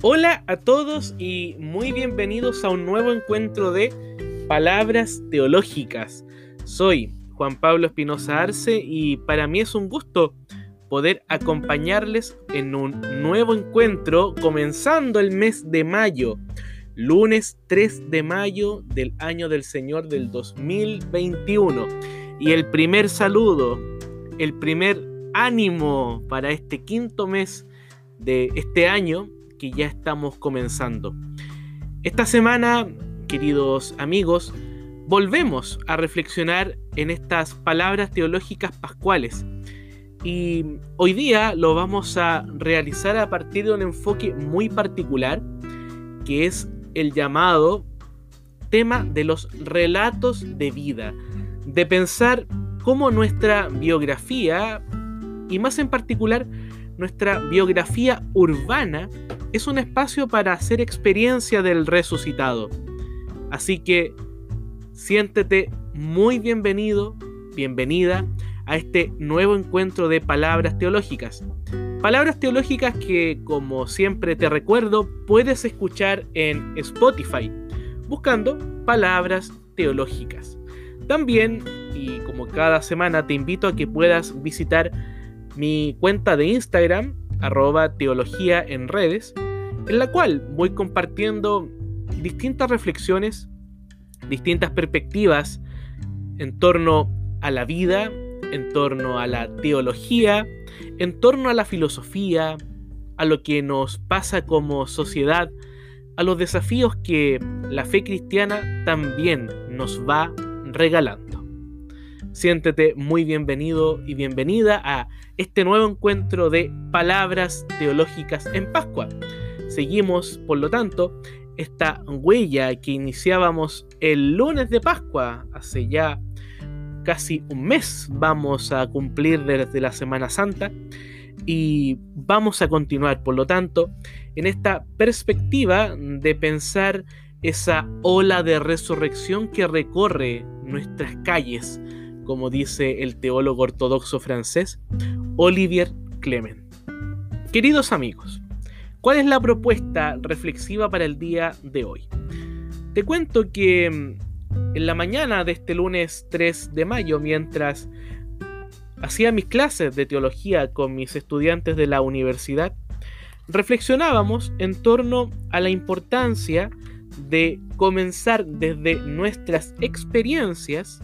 Hola a todos y muy bienvenidos a un nuevo encuentro de Palabras Teológicas. Soy Juan Pablo Espinosa Arce y para mí es un gusto poder acompañarles en un nuevo encuentro comenzando el mes de mayo, lunes 3 de mayo del año del Señor del 2021. Y el primer saludo, el primer ánimo para este quinto mes de este año que ya estamos comenzando. Esta semana, queridos amigos, volvemos a reflexionar en estas palabras teológicas pascuales. Y hoy día lo vamos a realizar a partir de un enfoque muy particular, que es el llamado tema de los relatos de vida, de pensar cómo nuestra biografía, y más en particular nuestra biografía urbana, es un espacio para hacer experiencia del resucitado. Así que siéntete muy bienvenido, bienvenida a este nuevo encuentro de Palabras Teológicas. Palabras teológicas que, como siempre te recuerdo, puedes escuchar en Spotify, buscando Palabras Teológicas. También, y como cada semana, te invito a que puedas visitar mi cuenta de Instagram, @teología en redes, en la cual voy compartiendo distintas reflexiones, distintas perspectivas en torno a la vida, en torno a la teología, en torno a la filosofía, a lo que nos pasa como sociedad, a los desafíos que la fe cristiana también nos va regalando. Siéntete muy bienvenido y bienvenida a este nuevo encuentro de Palabras Teológicas en Pascua. Seguimos, por lo tanto, esta huella que iniciábamos el lunes de Pascua. Hace ya casi un mes vamos a cumplir desde la Semana Santa y vamos a continuar, por lo tanto, en esta perspectiva de pensar esa ola de resurrección que recorre nuestras calles, como dice el teólogo ortodoxo francés Olivier Clement. Queridos amigos, ¿cuál es la propuesta reflexiva para el día de hoy? Te cuento que en la mañana de este lunes 3 de mayo, mientras hacía mis clases de teología con mis estudiantes de la universidad, reflexionábamos en torno a la importancia de comenzar desde nuestras experiencias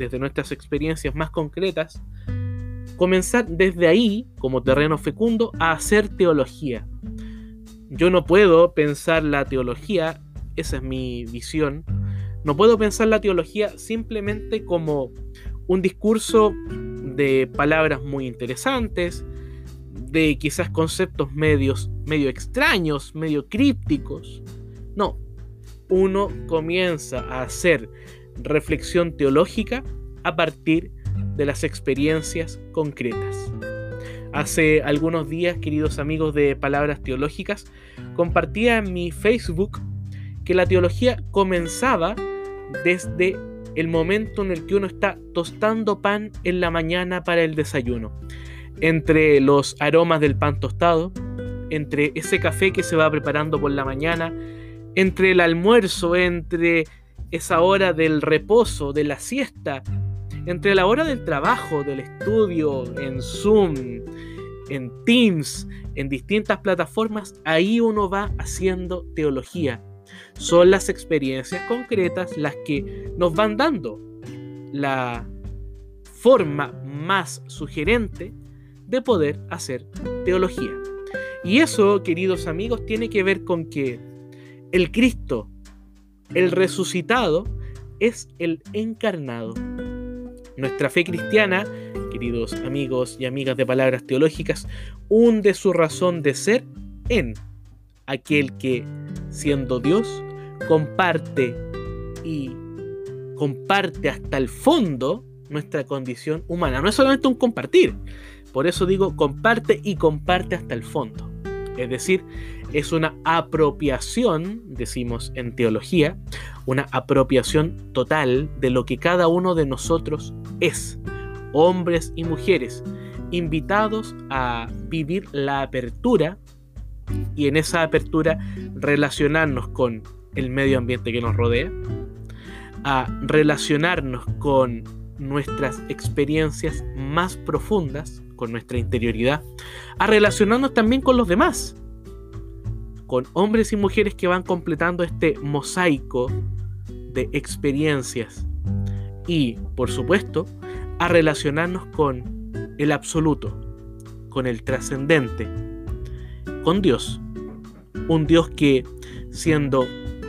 más concretas, comenzar desde ahí, como terreno fecundo, a hacer teología. Yo no puedo pensar la teología, esa es mi visión, no puedo pensar la teología simplemente como un discurso de palabras muy interesantes, de quizás conceptos medio extraños, medio crípticos. No, uno comienza a hacer reflexión teológica a partir de las experiencias concretas. Hace algunos días, queridos amigos de Palabras Teológicas, compartía en mi Facebook que la teología comenzaba desde el momento en el que uno está tostando pan en la mañana para el desayuno. Entre los aromas del pan tostado, entre ese café que se va preparando por la mañana, entre el almuerzo, entre esa hora del reposo, de la siesta, entre la hora del trabajo, del estudio, en Zoom, en Teams, en distintas plataformas, ahí uno va haciendo teología. Son las experiencias concretas las que nos van dando la forma más sugerente de poder hacer teología. Y eso, queridos amigos, tiene que ver con que el Cristo, el resucitado, es el encarnado. Nuestra fe cristiana, queridos amigos y amigas de Palabras Teológicas, hunde su razón de ser en aquel que, siendo Dios, comparte hasta el fondo nuestra condición humana. No es solamente un compartir, por eso digo comparte hasta el fondo. Es decir, es una apropiación, decimos en teología, una apropiación total de lo que cada uno de nosotros es, hombres y mujeres, invitados a vivir la apertura y en esa apertura relacionarnos con el medio ambiente que nos rodea, a relacionarnos con nuestras experiencias más profundas, con nuestra interioridad, a relacionarnos también con los demás, con hombres y mujeres que van completando este mosaico de experiencias y, por supuesto, a relacionarnos con el absoluto, con el trascendente, con Dios, un Dios que, siendo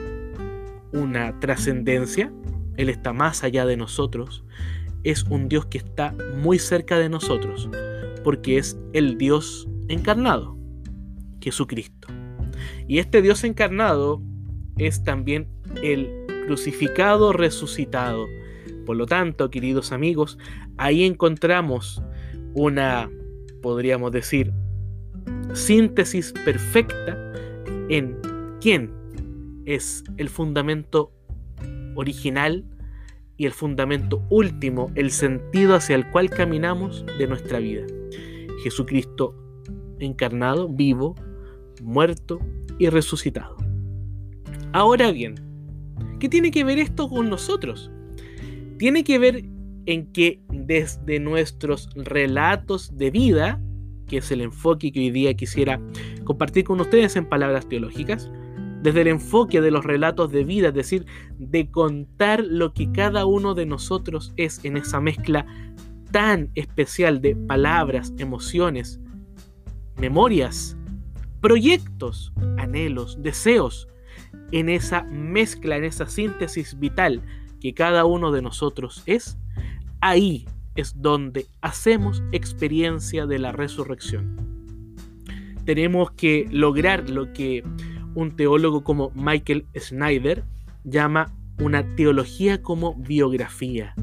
una trascendencia, Él está más allá de nosotros, es un Dios que está muy cerca de nosotros, porque es el Dios encarnado, Jesucristo. Y este Dios encarnado es también el crucificado resucitado. Por lo tanto, queridos amigos, ahí encontramos una, podríamos decir, síntesis perfecta en quién es el fundamento original y el fundamento último, el sentido hacia el cual caminamos de nuestra vida. Jesucristo encarnado, vivo, muerto y resucitado. Ahora bien, ¿qué tiene que ver esto con nosotros? Tiene que ver en que desde nuestros relatos de vida, que es el enfoque que hoy día quisiera compartir con ustedes en palabras teológicas, desde el enfoque de los relatos de vida, es decir, de contar lo que cada uno de nosotros es en esa mezcla tan especial de palabras, emociones, memorias, proyectos, anhelos, deseos, en esa mezcla, en esa síntesis vital que cada uno de nosotros es, ahí es donde hacemos experiencia de la resurrección. Tenemos que lograr lo que un teólogo como Michael Snyder llama una teología como biografía.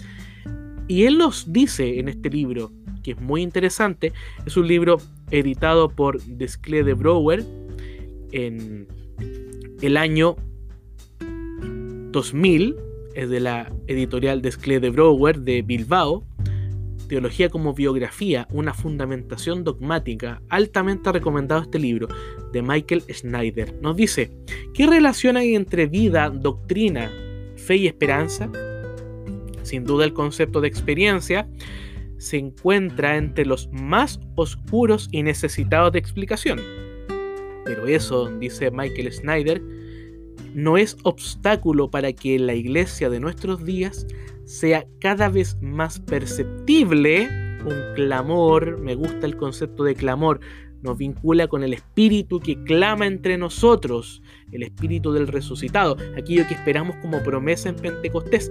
Y él nos dice en este libro, que es muy interesante, es un libro editado por Desclée de Brouwer en el año 2000, es de la editorial Desclée de Brouwer de Bilbao, Teología como biografía, una fundamentación dogmática. Altamente recomendado este libro de Michael Snyder. Nos dice, ¿qué relación hay entre vida, doctrina, fe y esperanza? Sin duda el concepto de experiencia se encuentra entre los más oscuros y necesitados de explicación. Pero eso, dice Michael Snyder, no es obstáculo para que la iglesia de nuestros días sea cada vez más perceptible un clamor. Me gusta el concepto de clamor, nos vincula con el espíritu que clama entre nosotros, el espíritu del resucitado, aquello que esperamos como promesa en Pentecostés.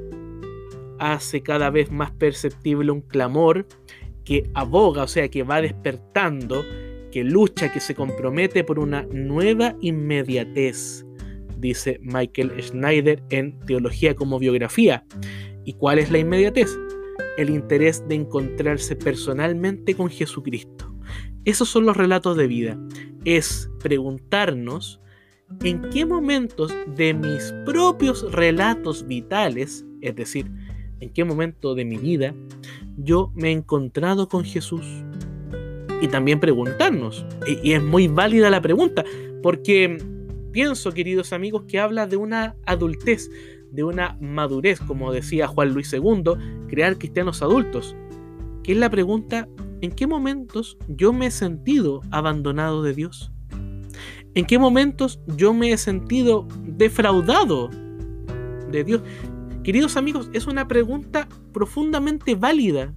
Hace cada vez más perceptible un clamor que aboga, o sea, que va despertando, que lucha, que se compromete por una nueva inmediatez, dice Michael Snyder en Teología como biografía. ¿Y cuál es la inmediatez? El interés de encontrarse personalmente con Jesucristo. Esos son los relatos de vida. Es preguntarnos en qué momentos de mis propios relatos vitales, es decir, en qué momento de mi vida, yo me he encontrado con Jesús. Y también preguntarnos, y es muy válida la pregunta, porque pienso, queridos amigos, que habla de una adultez, de una madurez, como decía Juan Luis II, crear cristianos adultos, que es la pregunta, ¿en qué momentos yo me he sentido abandonado de Dios? ¿En qué momentos yo me he sentido defraudado de Dios? Queridos amigos, es una pregunta profundamente válida,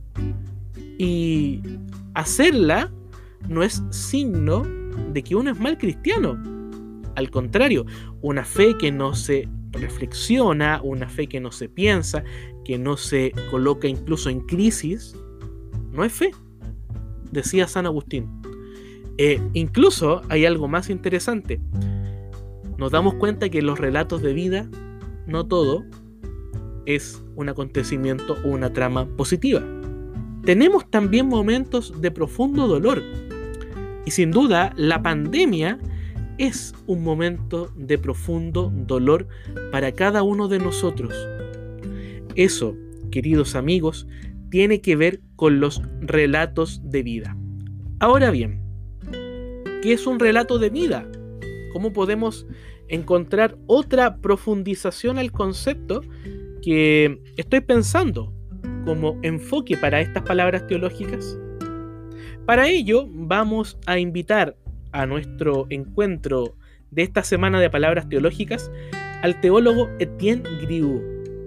y hacerla no es signo de que uno es mal cristiano. Al contrario, una fe que no se reflexiona, una fe que no se piensa, que no se coloca incluso en crisis, no es fe, decía San Agustín. Incluso hay algo más interesante. Nos damos cuenta que en los relatos de vida no todo es un acontecimiento o una trama positiva. Tenemos también momentos de profundo dolor, y sin duda la pandemia es un momento de profundo dolor para cada uno de nosotros. Eso, queridos amigos, tiene que ver con los relatos de vida. Ahora bien, ¿qué es un relato de vida? ¿Cómo podemos encontrar otra profundización al concepto que estoy pensando como enfoque para estas palabras teológicas? Para ello vamos a invitar a nuestro encuentro de esta semana de palabras teológicas al teólogo Etienne Griou.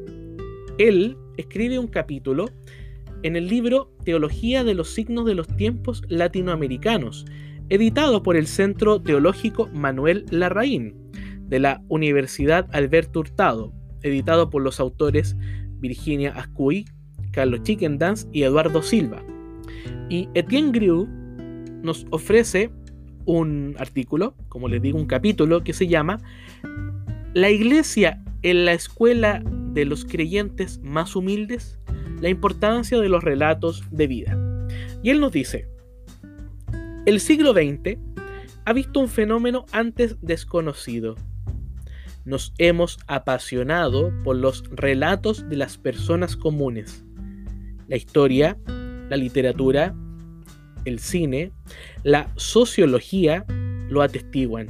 Él escribe un capítulo en el libro Teología de los signos de los tiempos latinoamericanos, editado por el Centro Teológico Manuel Larraín de la Universidad Alberto Hurtado, editado por los autores Virginia Ascuy, Carlos Chiquendance y Eduardo Silva. Y Etienne Griou nos ofrece un artículo, como les digo, un capítulo que se llama La Iglesia en la escuela de los creyentes más humildes, la importancia de los relatos de vida. Y él nos dice: el siglo XX ha visto un fenómeno antes desconocido. Nos hemos apasionado por los relatos de las personas comunes. La historia, la literatura, el cine, la sociología lo atestiguan.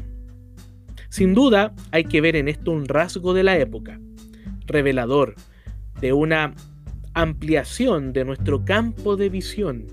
Sin duda, hay que ver en esto un rasgo de la época, revelador de una ampliación de nuestro campo de visión.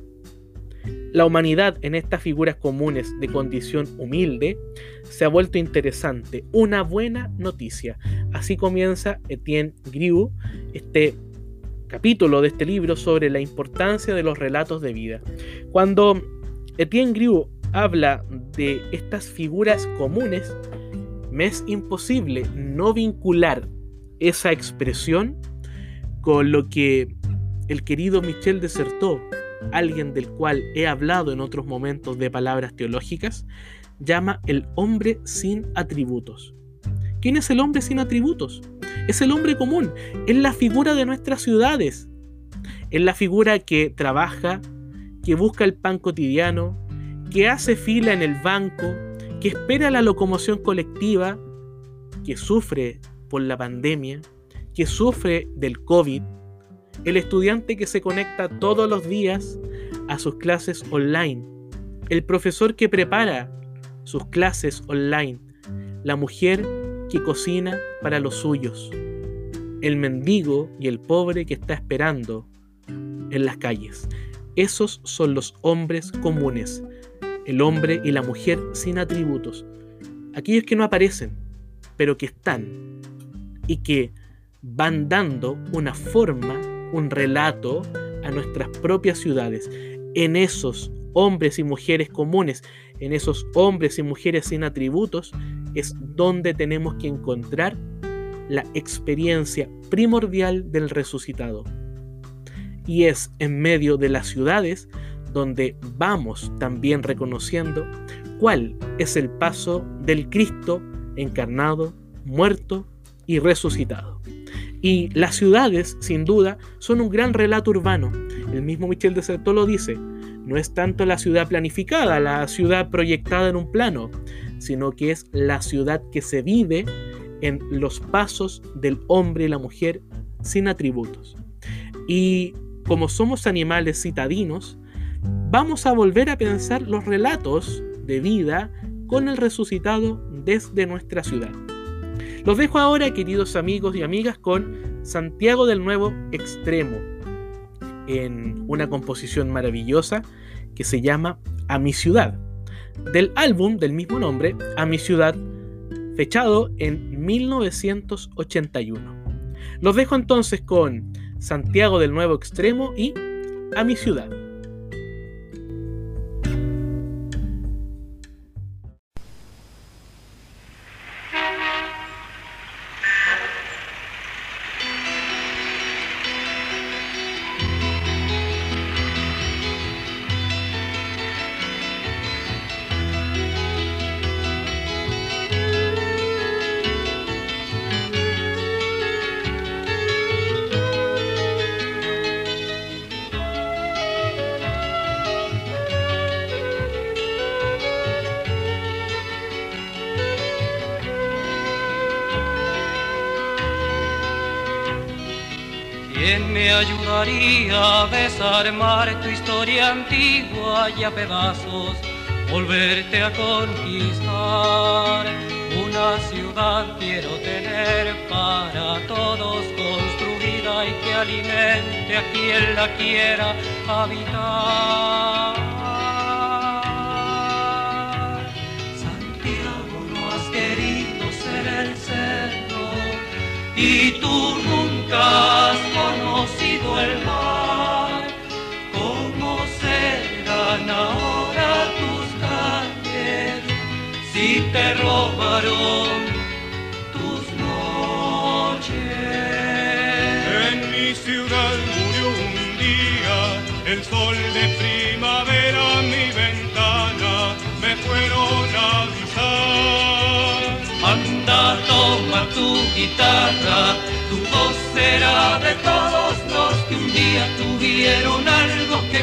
La humanidad en estas figuras comunes de condición humilde se ha vuelto interesante, una buena noticia. Así comienza Etienne Griou este capítulo de este libro sobre la importancia de los relatos de vida. Cuando Etienne Griou habla de estas figuras comunes, me es imposible no vincular esa expresión con lo que el querido Michel de Certeau, alguien del cual he hablado en otros momentos de palabras teológicas, llama el hombre sin atributos. ¿Quién es el hombre sin atributos? Es el hombre común, es la figura de nuestras ciudades, es la figura que trabaja, que busca el pan cotidiano, que hace fila en el banco, que espera la locomoción colectiva, que sufre por la pandemia, que sufre del COVID, el estudiante que se conecta todos los días a sus clases online, el profesor que prepara sus clases online, la mujer que cocina para los suyos, el mendigo y el pobre que está esperando en las calles. Esos son los hombres comunes, el hombre y la mujer sin atributos, aquellos que no aparecen, pero que están y que van dando una forma, un relato a nuestras propias ciudades. En esos hombres y mujeres comunes, en esos hombres y mujeres sin atributos, es donde tenemos que encontrar la experiencia primordial del resucitado. Y es en medio de las ciudades donde vamos también reconociendo cuál es el paso del Cristo encarnado, muerto y resucitado. Y las ciudades, sin duda, son un gran relato urbano. El mismo Michel de Certeau lo dice. No es tanto la ciudad planificada, la ciudad proyectada en un plano, sino que es la ciudad que se vive en los pasos del hombre y la mujer sin atributos. Y como somos animales citadinos, vamos a volver a pensar los relatos de vida con el resucitado desde nuestra ciudad. Los dejo ahora, queridos amigos y amigas, con Santiago del Nuevo Extremo, en una composición maravillosa que se llama A mi ciudad, del álbum del mismo nombre, A mi ciudad, fechado en 1981. Los dejo entonces con Santiago del Nuevo Extremo y A mi ciudad. ¿Quién me ayudaría a desarmar tu historia antigua y a pedazos volverte a conquistar. Una ciudad quiero tener para todos construida y que alimente a quien la quiera habitar. Santiago, no has querido ser el cerro y tú nunca has conocido el mar. ¿Cómo serán ahora tus calles si te robaron tus noches? En mi ciudad murió un día el sol de primavera, mi ventana me fueron a avisar. Anda, toma tu guitarra, tu voz será de todos los que un día tuvieron algo que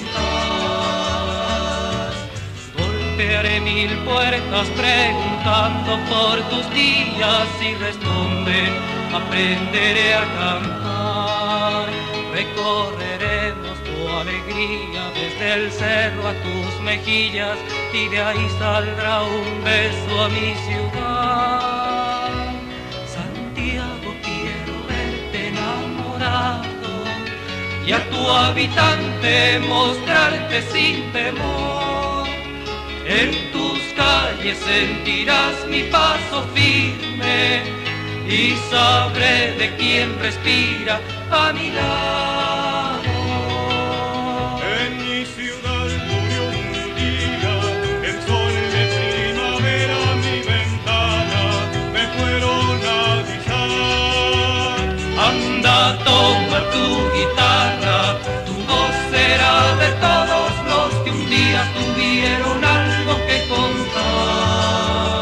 contar. Golpearé 1000 puertas preguntando por tus días y responden, aprenderé a cantar. Recorreremos tu alegría desde el cerro a tus mejillas y de ahí saldrá un beso a mi ciudad. Santiago, quiero verte enamorado y a tu habitante mostrarte sin temor. En tus calles sentirás mi paso firme y sabré de quién respira a mi lado. En mi ciudad murió un día el sol de primavera, mi ventana me fueron a avisar. Anda, toma tu guitarra, tu voz será de todos los que un día tuvieron algo que contar.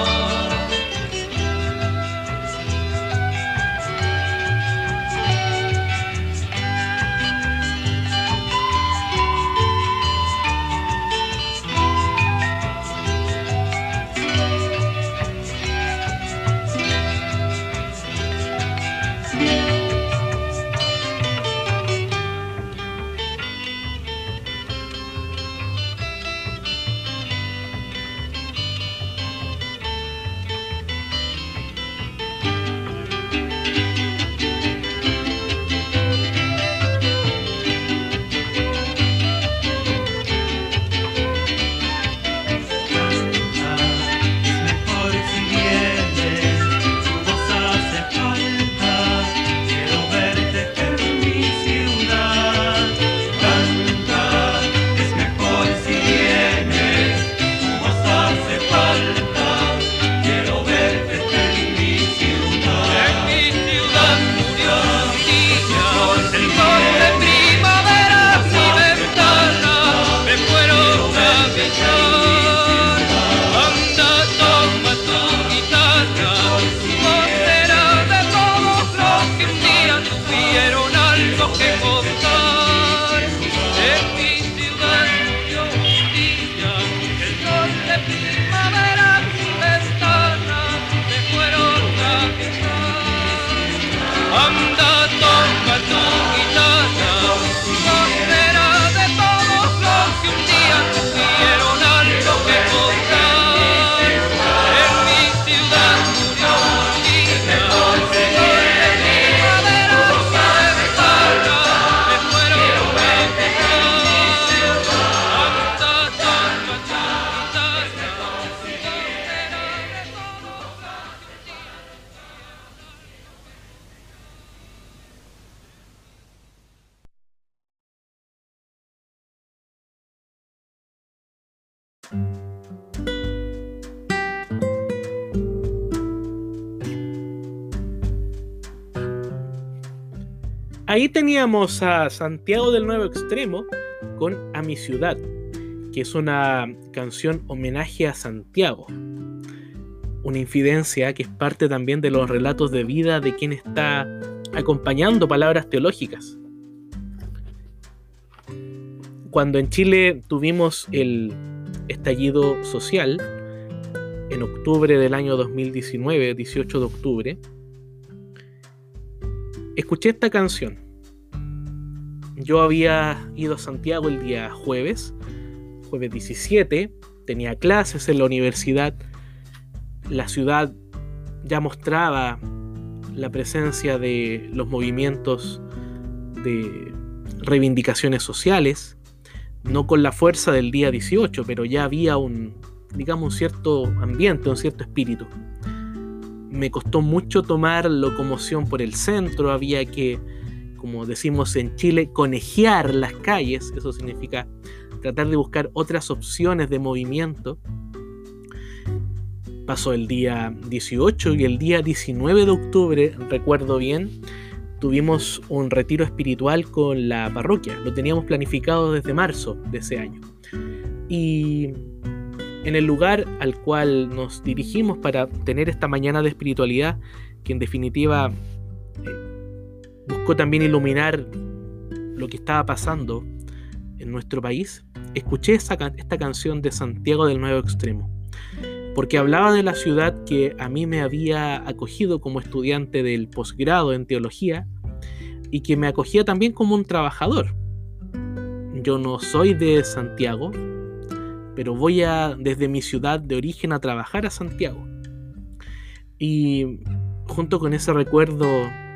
Ahí teníamos a Santiago del Nuevo Extremo con A mi ciudad, que es una canción homenaje a Santiago. Una infidencia que es parte también de los relatos de vida de quien está acompañando Palabras Teológicas. Cuando en Chile tuvimos el estallido social, en octubre del año 2019, 18 de octubre, escuché esta canción. Yo había ido a Santiago el día jueves 17, tenía clases en la universidad. La ciudad ya mostraba la presencia de los movimientos de reivindicaciones sociales, no con la fuerza del día 18, pero ya había un cierto ambiente, un cierto espíritu. Me costó mucho tomar locomoción por el centro, había que, como decimos en Chile, conejear las calles, eso significa tratar de buscar otras opciones de movimiento. Pasó el día 18 y el día 19 de octubre, recuerdo bien, tuvimos un retiro espiritual con la parroquia. Lo teníamos planificado desde marzo de ese año. Y en el lugar al cual nos dirigimos para tener esta mañana de espiritualidad, que en definitiva buscó también iluminar lo que estaba pasando en nuestro país, escuché esta canción de Santiago del Nuevo Extremo, porque hablaba de la ciudad que a mí me había acogido como estudiante del posgrado en teología y que me acogía también como un trabajador. Yo no soy de Santiago, pero voy desde mi ciudad de origen a trabajar a Santiago. Y junto con ese recuerdo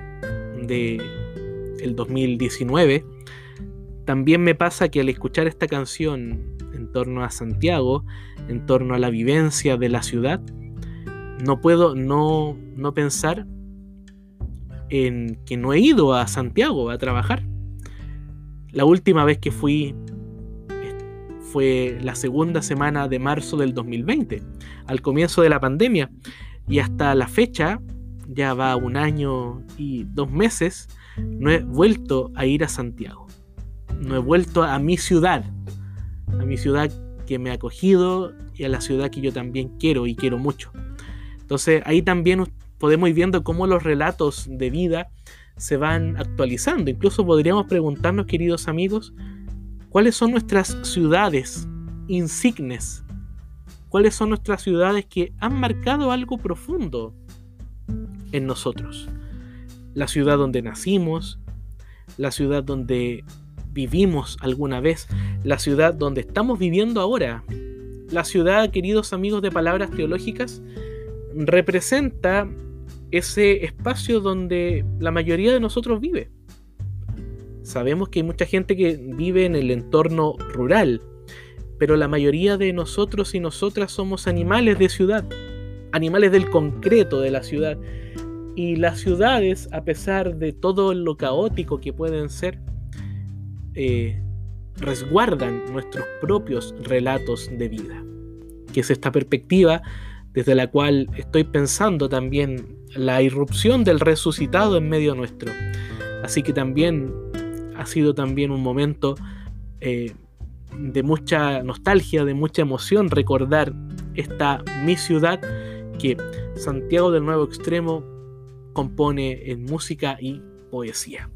del 2019, también me pasa que al escuchar esta canción en torno a Santiago, en torno a la vivencia de la ciudad, no puedo no pensar en que no he ido a Santiago a trabajar. La última vez que fui fue la segunda semana de marzo del 2020, al comienzo de la pandemia, y hasta la fecha, ya va 1 año y 2 meses, no he vuelto a ir a Santiago. No he vuelto a mi ciudad que me ha acogido y a la ciudad que yo también quiero y quiero mucho. Entonces ahí también podemos ir viendo cómo los relatos de vida se van actualizando. Incluso podríamos preguntarnos, queridos amigos, ¿cuáles son nuestras ciudades insignes? ¿Cuáles son nuestras ciudades que han marcado algo profundo en nosotros? La ciudad donde nacimos, la ciudad donde vivimos alguna vez, la ciudad donde estamos viviendo ahora. La ciudad, queridos amigos de Palabras Teológicas, representa ese espacio donde la mayoría de nosotros vive. Sabemos que hay mucha gente que vive en el entorno rural, pero la mayoría de nosotros y nosotras somos animales de ciudad, animales del concreto de la ciudad. Y las ciudades, a pesar de todo lo caótico que pueden ser, resguardan nuestros propios relatos de vida, que es esta perspectiva desde la cual estoy pensando también la irrupción del resucitado en medio nuestro. Así que también ha sido también un momento de mucha nostalgia, de mucha emoción, recordar esta mi ciudad que Santiago del Nuevo Extremo compone en música y poesía.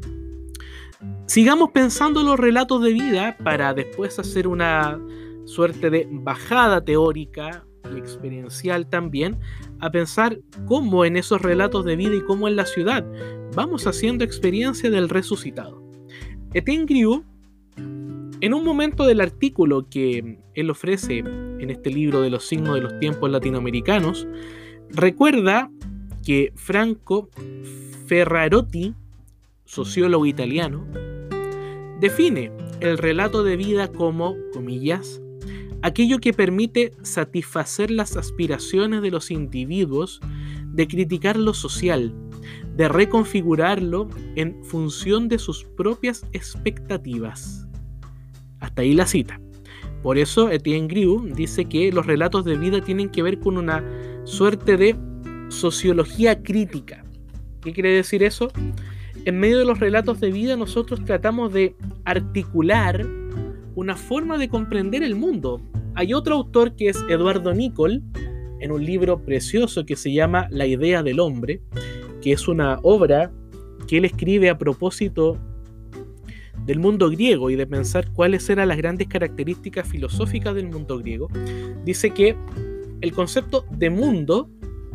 Sigamos pensando los relatos de vida para después hacer una suerte de bajada teórica y experiencial también, a pensar cómo en esos relatos de vida y cómo en la ciudad vamos haciendo experiencia del resucitado. Etienne Grieux, en un momento del artículo que él ofrece en este libro de los signos de los tiempos latinoamericanos, recuerda que Franco Ferrarotti, sociólogo italiano, define el relato de vida como, comillas, aquello que permite satisfacer las aspiraciones de los individuos de criticar lo social, de reconfigurarlo en función de sus propias expectativas. Hasta ahí la cita. Por eso Etienne Grieux dice que los relatos de vida tienen que ver con una suerte de sociología crítica. ¿Qué quiere decir eso? En medio de los relatos de vida nosotros tratamos de articular una forma de comprender el mundo. Hay otro autor que es Eduardo Nicol, en un libro precioso que se llama La idea del hombre, que es una obra que él escribe a propósito del mundo griego y de pensar cuáles eran las grandes características filosóficas del mundo griego. Dice que el concepto de mundo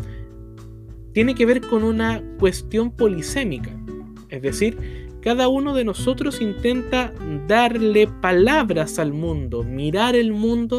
tiene que ver con una cuestión polisémica, es decir, cada uno de nosotros intenta darle palabras al mundo, mirar el mundo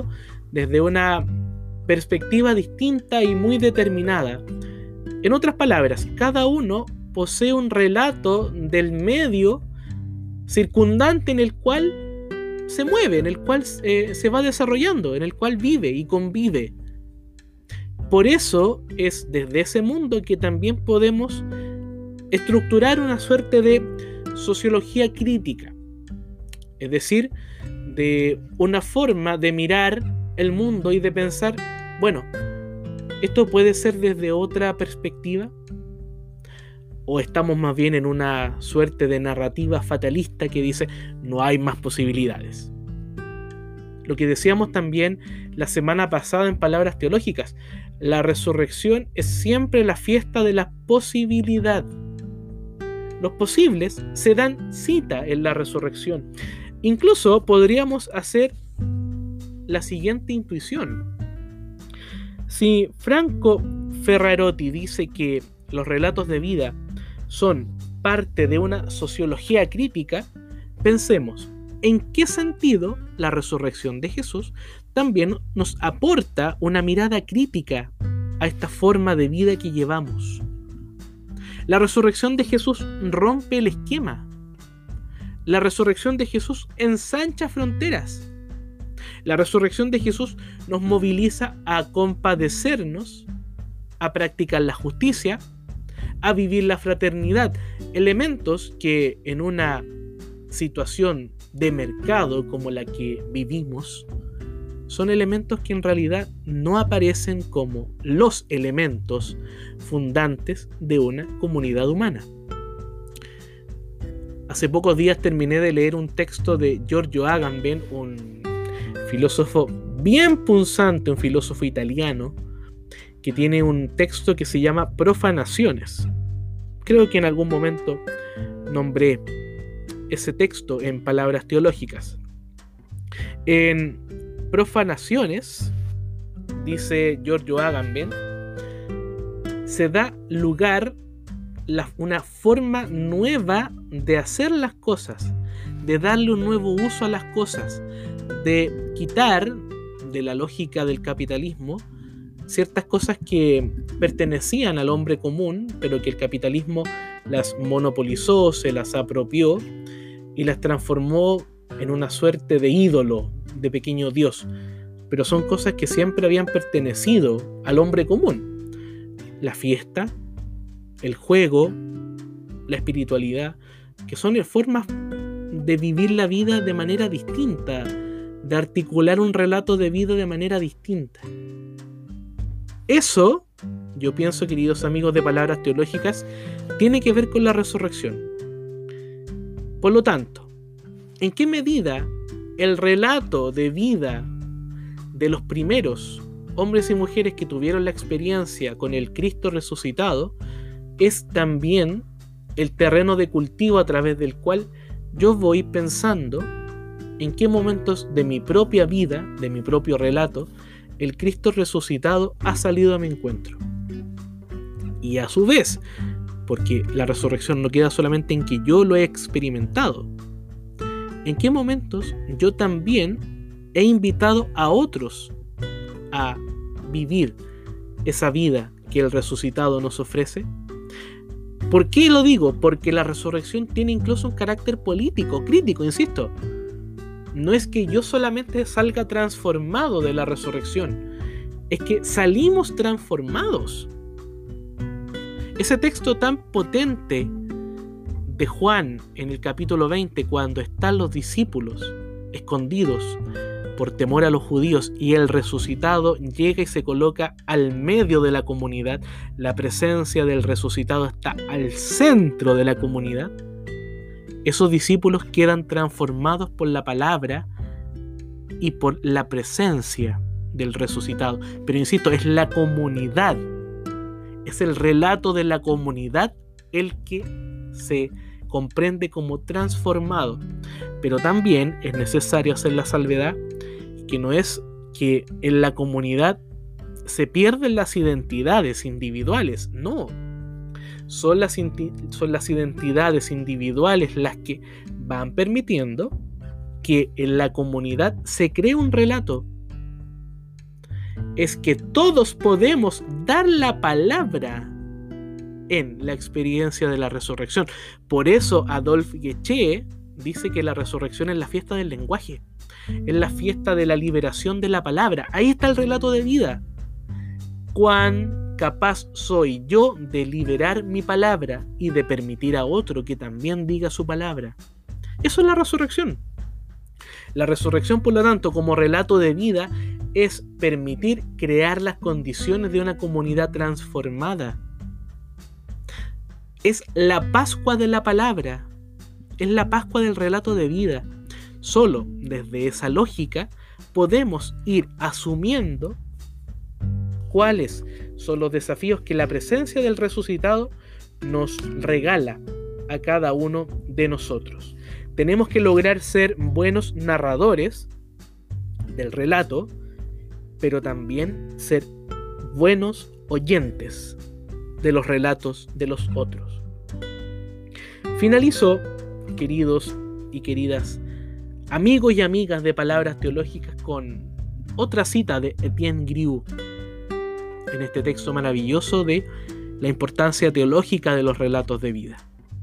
desde una perspectiva distinta y muy determinada. En otras palabras, cada uno posee un relato del medio circundante en el cual se mueve, en el cual se va desarrollando, en el cual vive y convive. Por eso es desde ese mundo que también podemos estructurar una suerte de sociología crítica, es decir, de una forma de mirar el mundo y de pensar, bueno, ¿esto puede ser desde otra perspectiva? ¿O estamos más bien en una suerte de narrativa fatalista que dice no hay más posibilidades? Lo que decíamos también la semana pasada en Palabras Teológicas, la resurrección es siempre la fiesta de la posibilidad. Los posibles se dan cita en la resurrección. Incluso podríamos hacer la siguiente intuición. Si Franco Ferrarotti dice que los relatos de vida son parte de una sociología crítica, pensemos en qué sentido la resurrección de Jesús también nos aporta una mirada crítica a esta forma de vida que llevamos. La resurrección de Jesús rompe el esquema. La resurrección de Jesús ensancha fronteras. La resurrección de Jesús nos moviliza a compadecernos, a practicar la justicia, a vivir la fraternidad, elementos que en una situación de mercado como la que vivimos, son elementos que en realidad no aparecen como los elementos fundantes de una comunidad humana. Hace pocos días terminé de leer un texto de Giorgio Agamben, un filósofo bien punzante, un filósofo italiano, que tiene un texto que se llama Profanaciones. Creo que en algún momento nombré ese texto en Palabras Teológicas. En Profanaciones, dice Giorgio Agamben, se da lugar una forma nueva de hacer las cosas, de darle un nuevo uso a las cosas, de quitar de la lógica del capitalismo ciertas cosas que pertenecían al hombre común, pero que el capitalismo las monopolizó, se las apropió y las transformó en una suerte de ídolo, de pequeño dios. Pero son cosas que siempre habían pertenecido al hombre común. La fiesta, el juego, la espiritualidad, que son formas de vivir la vida de manera distinta, de articular un relato de vida de manera distinta. Eso, yo pienso, queridos amigos de Palabras Teológicas, tiene que ver con la resurrección. Por lo tanto, ¿en qué medida el relato de vida de los primeros hombres y mujeres que tuvieron la experiencia con el Cristo resucitado es también el terreno de cultivo a través del cual yo voy pensando en qué momentos de mi propia vida, de mi propio relato, el Cristo resucitado ha salido a mi encuentro? Y a su vez, porque la resurrección no queda solamente en que yo lo he experimentado, ¿en qué momentos yo también he invitado a otros a vivir esa vida que el resucitado nos ofrece? ¿Por qué lo digo? Porque la resurrección tiene incluso un carácter político, crítico, insisto. No es que yo solamente salga transformado de la resurrección, es que salimos transformados. Ese texto tan potente de Juan en el capítulo 20, cuando están los discípulos escondidos por temor a los judíos y el resucitado llega y se coloca al medio de la comunidad, la presencia del resucitado está al centro de la comunidad, esos discípulos quedan transformados por la palabra y por la presencia del resucitado. Pero insisto, es la comunidad, es el relato de la comunidad el que se comprende como transformado. Pero también es necesario hacer la salvedad que no es que en la comunidad se pierden las identidades individuales, no. Son las identidades individuales las que van permitiendo que en la comunidad se cree un relato es que todos podemos dar la palabra en la experiencia de la resurrección. Por eso Adolf Gueché dice que la resurrección es la fiesta del lenguaje, es la fiesta de la liberación de la palabra. Ahí está el relato de vida. ¿Cuán capaz soy yo de liberar mi palabra y de permitir a otro que también diga su palabra? Eso es la resurrección. La resurrección, por lo tanto, como relato de vida, es permitir crear las condiciones de una comunidad transformada. Es la Pascua de la palabra, es la Pascua del relato de vida. Solo desde esa lógica podemos ir asumiendo cuáles son los desafíos que la presencia del resucitado nos regala a cada uno de nosotros. Tenemos que lograr ser buenos narradores del relato, pero también ser buenos oyentes de los relatos de los otros. Finalizo, queridos y queridas amigos y amigas de Palabras Teológicas, con otra cita de Etienne Grieux en este texto maravilloso de la importancia teológica de los relatos de vida.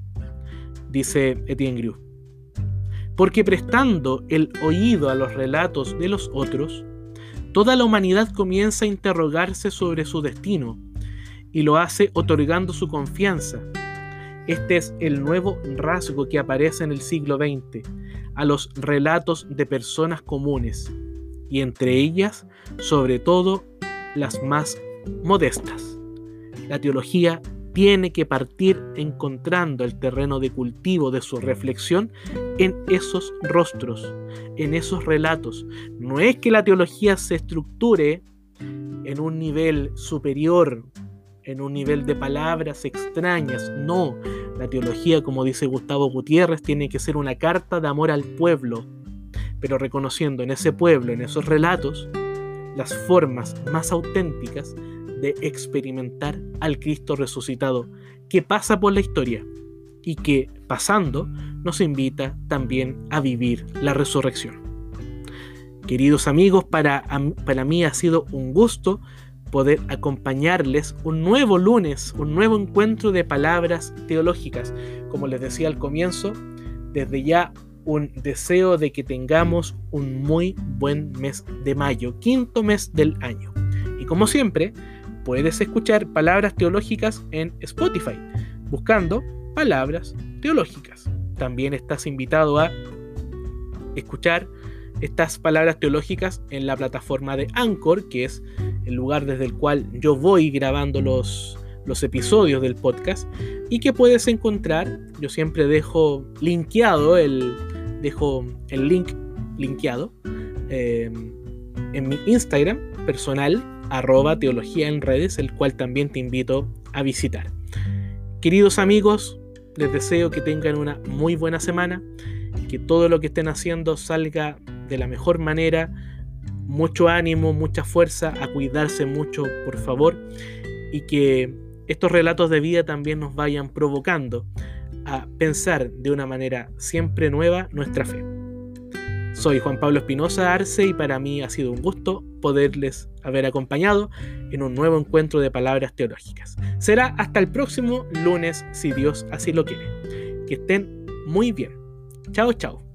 Dice Etienne Grieux: porque prestando el oído a los relatos de los otros, toda la humanidad comienza a interrogarse sobre su destino y lo hace otorgando su confianza. Este es el nuevo rasgo que aparece en el siglo XX a los relatos de personas comunes, y entre ellas, sobre todo, las más modestas. La teología tiene que partir encontrando el terreno de cultivo de su reflexión en esos rostros, en esos relatos. No es que la teología se estructure en un nivel superior, en un nivel de palabras extrañas. No, la teología, como dice Gustavo Gutiérrez, tiene que ser una carta de amor al pueblo, pero reconociendo en ese pueblo, en esos relatos, las formas más auténticas de experimentar al Cristo resucitado, que pasa por la historia y que, pasando, nos invita también a vivir la resurrección. Queridos amigos, para mí ha sido un gusto poder acompañarles un nuevo lunes, un nuevo encuentro de Palabras Teológicas. Como les decía al comienzo, desde ya un deseo de que tengamos un muy buen mes de mayo, 5º mes del año. Y como siempre, puedes escuchar Palabras Teológicas en Spotify, buscando Palabras Teológicas. También estás invitado a escuchar estas Palabras Teológicas en la plataforma de Anchor, que es el lugar desde el cual yo voy grabando los episodios del podcast, y que puedes encontrar, yo siempre dejo el link linkeado en mi Instagram personal, @teología en redes, el cual también te invito a visitar. Queridos amigos, les deseo que tengan una muy buena semana, que todo lo que estén haciendo salga de la mejor manera. Mucho ánimo, mucha fuerza, a cuidarse mucho, por favor, y que estos relatos de vida también nos vayan provocando a pensar de una manera siempre nueva nuestra fe. Soy Juan Pablo Espinosa Arce y para mí ha sido un gusto poderles haber acompañado en un nuevo encuentro de Palabras Teológicas. Será hasta el próximo lunes, si Dios así lo quiere. Que estén muy bien. Chao, chao.